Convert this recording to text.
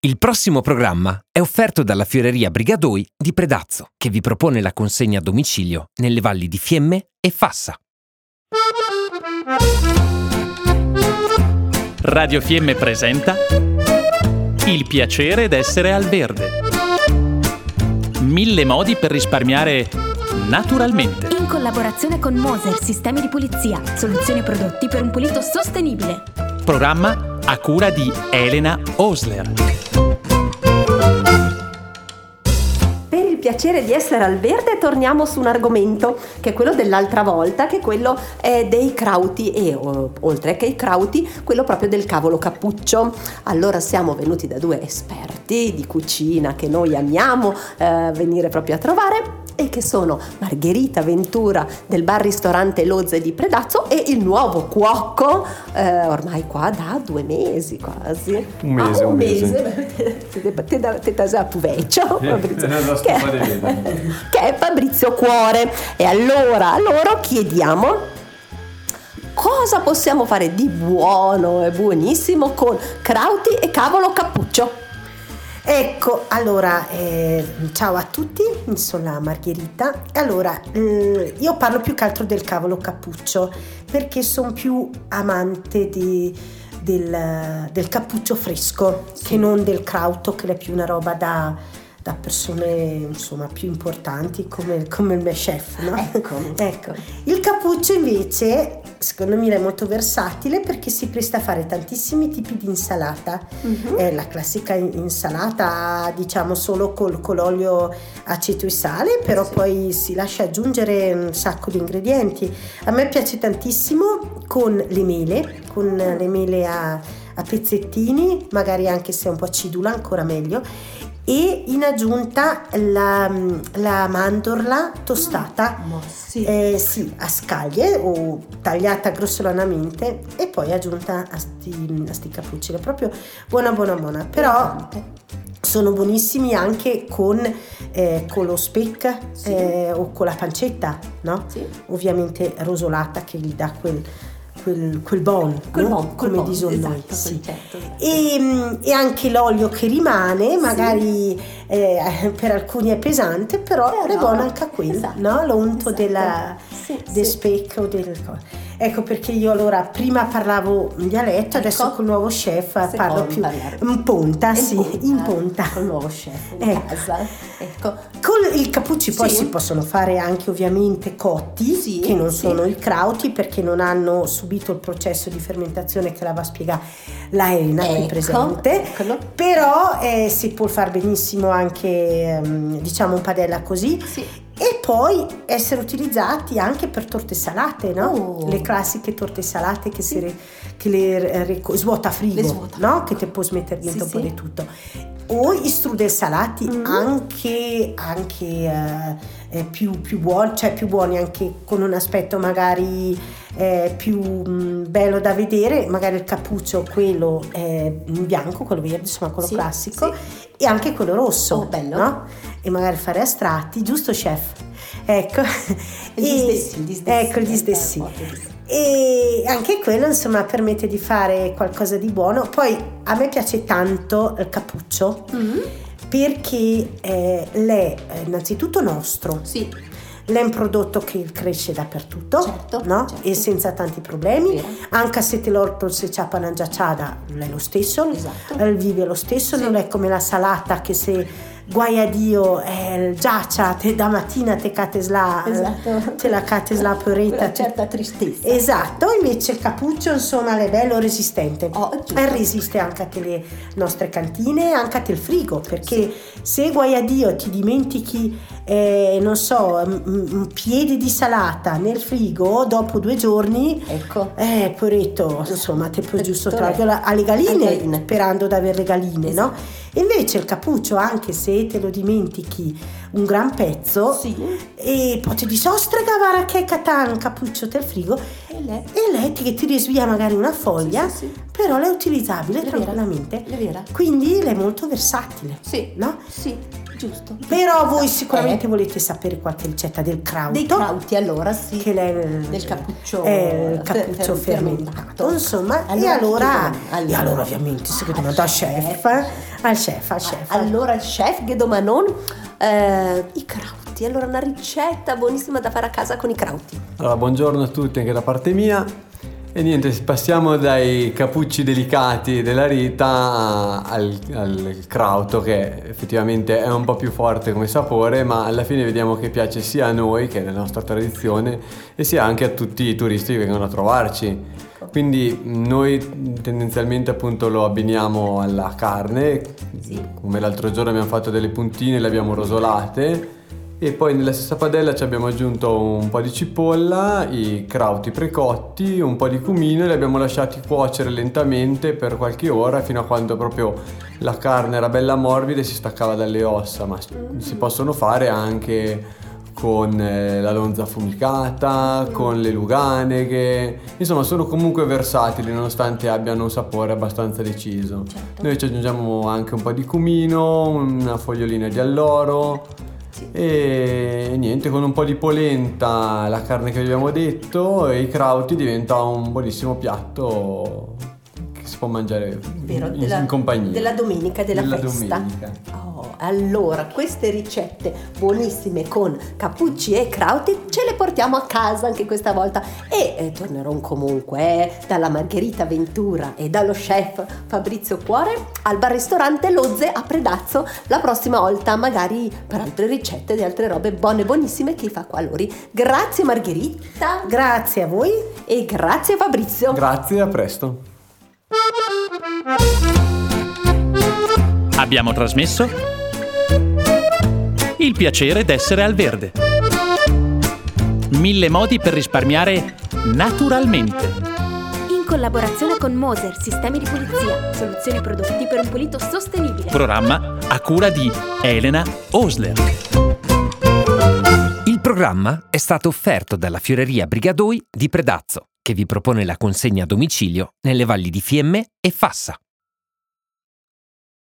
Il prossimo programma è offerto dalla Fioreria Brigadoi di Predazzo, che vi propone la consegna a domicilio nelle valli di Fiemme e Fassa. Radio Fiemme presenta Il piacere d'essere al verde. 1000 modi per risparmiare naturalmente. In collaborazione con Moser Sistemi di Pulizia, soluzioni e prodotti per un pulito sostenibile. Programma a cura di Elena Osler. Per il piacere di essere al verde torniamo su un argomento che è quello dell'altra volta, che è quello dei crauti e oltre che i crauti, quello proprio del cavolo cappuccio. Allora siamo venuti da due esperti di cucina che noi amiamo venire proprio a trovare, e che sono Margherita Ventura del bar ristorante Lozze di Predazzo e il nuovo cuoco ormai qua da 2 mesi quasi. Un mese. Te da già più vecchio, che è Fabrizio Cuore. E allora a loro chiediamo cosa possiamo fare di buono e buonissimo con crauti e cavolo cappuccio. Ecco, allora, ciao a tutti, sono la Margherita. Allora, io parlo più che altro del cavolo cappuccio perché sono più amante del cappuccio fresco, sì, che non del crauto, che è più una roba da persone insomma più importanti come il mio chef, no? Ecco. Il cappuccio invece secondo me è molto versatile perché si presta a fare tantissimi tipi di insalata. La classica insalata diciamo solo con l'olio, aceto e sale, però sì, poi si lascia aggiungere un sacco di ingredienti. A me piace tantissimo con le mele a pezzettini, magari anche se è un po' acidula ancora meglio, e in aggiunta la mandorla tostata, sì, a scaglie o tagliata grossolanamente e poi aggiunta a sti cappucci. È proprio buona, però sono buonissimi anche con lo speck, sì, o con la pancetta, no? Sì. Ovviamente rosolata, che gli dà quel bon, come dicono noi, sì. Certo. E anche l'olio che rimane, magari per alcuni è pesante, però è buono anche quello, esatto, no? L'unto del speck o del... Ecco perché io allora prima parlavo in dialetto, adesso col nuovo chef parlo più in ponta, in ponta. Col nuovo chef in casa. Ecco. Con i cappucci poi si possono fare anche ovviamente cotti, che non sono i crauti perché non hanno subito il processo di fermentazione che la va a spiegare la Elena qui presente. Eccolo. Però si può fare benissimo anche diciamo un padella così. Sì. E poi essere utilizzati anche per torte salate, no? Le classiche torte salate che svuota frigo, no? Che te puoi mettere dentro un po' di tutto. O gli strudel salati anche più buoni, cioè più buoni anche con un aspetto magari più bello da vedere, magari il cappuccio quello in bianco, quello verde, insomma quello classico, e anche quello rosso, bello, no? E magari fare a strati, giusto chef? Ecco, gli stessi. E anche quello insomma permette di fare qualcosa di buono. Poi a me piace tanto il cappuccio perché l'è innanzitutto nostro. Sì. L'è un prodotto che cresce dappertutto, certo, no? Certo. E senza tanti problemi. Vero. Anche se te l'orto se c'ha panaggiacciata è lo stesso, esatto, vive lo stesso, non è come la salata che se guai a Dio giaccia te da mattina te catesla, esatto, te la catesla poretta, certa tristezza. Esatto, invece il cappuccio insomma è bello resistente, e resiste anche a le nostre cantine, anche a te il frigo, perché se guai a Dio ti dimentichi non so un piede di salata nel frigo, dopo 2 giorni poretto insomma te puoi giusto togliere alle galline sperando di avere le galline, esatto, no? Invece il cappuccio, anche se te lo dimentichi un gran pezzo, e poi ti dici ostregavara che catan cappuccio del frigo e lei ti risvia magari una foglia, però è utilizzabile tranquillamente, quindi è molto versatile, no? Giusto. Però voi sicuramente volete sapere qualche ricetta del crauto. Dei crauti, allora sì. Che è del cappuccio, il cappuccio fermentato. Insomma, allora ovviamente si domanda al chef. Allora il chef Guido Manon, i crauti. Allora una ricetta buonissima da fare a casa con i crauti. Allora, buongiorno a tutti anche da parte mia. E niente, passiamo dai cappucci delicati della Rita al crauto, che effettivamente è un po' più forte come sapore, ma alla fine vediamo che piace sia a noi, che è la nostra tradizione, e sia anche a tutti i turisti che vengono a trovarci. Quindi noi tendenzialmente appunto lo abbiniamo alla carne, come l'altro giorno abbiamo fatto delle puntine, le abbiamo rosolate, e poi nella stessa padella ci abbiamo aggiunto un po' di cipolla, i crauti precotti, un po' di cumino, e li abbiamo lasciati cuocere lentamente per qualche ora fino a quando proprio la carne era bella morbida e si staccava dalle ossa. Ma si possono fare anche con la lonza affumicata, con le luganeghe, insomma sono comunque versatili nonostante abbiano un sapore abbastanza deciso. Certo. Noi ci aggiungiamo anche un po' di cumino, una fogliolina di alloro. E niente, con un po' di polenta, la carne che vi abbiamo detto, e i crauti, diventa un buonissimo piatto che si può mangiare in compagnia. Della domenica, della festa. Domenica. Allora, queste ricette buonissime con cappucci e crauti ce le portiamo a casa anche questa volta, e tornerò comunque dalla Margherita Ventura e dallo chef Fabrizio Cuore al bar ristorante Lozze a Predazzo la prossima volta, magari per altre ricette di altre robe buonissime che fa qua Lori. Grazie Margherita. Grazie a voi. E grazie Fabrizio. Grazie, a presto. Abbiamo trasmesso Il piacere d'essere al verde. 1000 modi per risparmiare naturalmente. In collaborazione con Moser Sistemi di Pulizia, soluzioni prodotti per un pulito sostenibile. Programma a cura di Elena Osler. Il programma è stato offerto dalla Fioreria Brigadoi di Predazzo, che vi propone la consegna a domicilio nelle valli di Fiemme e Fassa.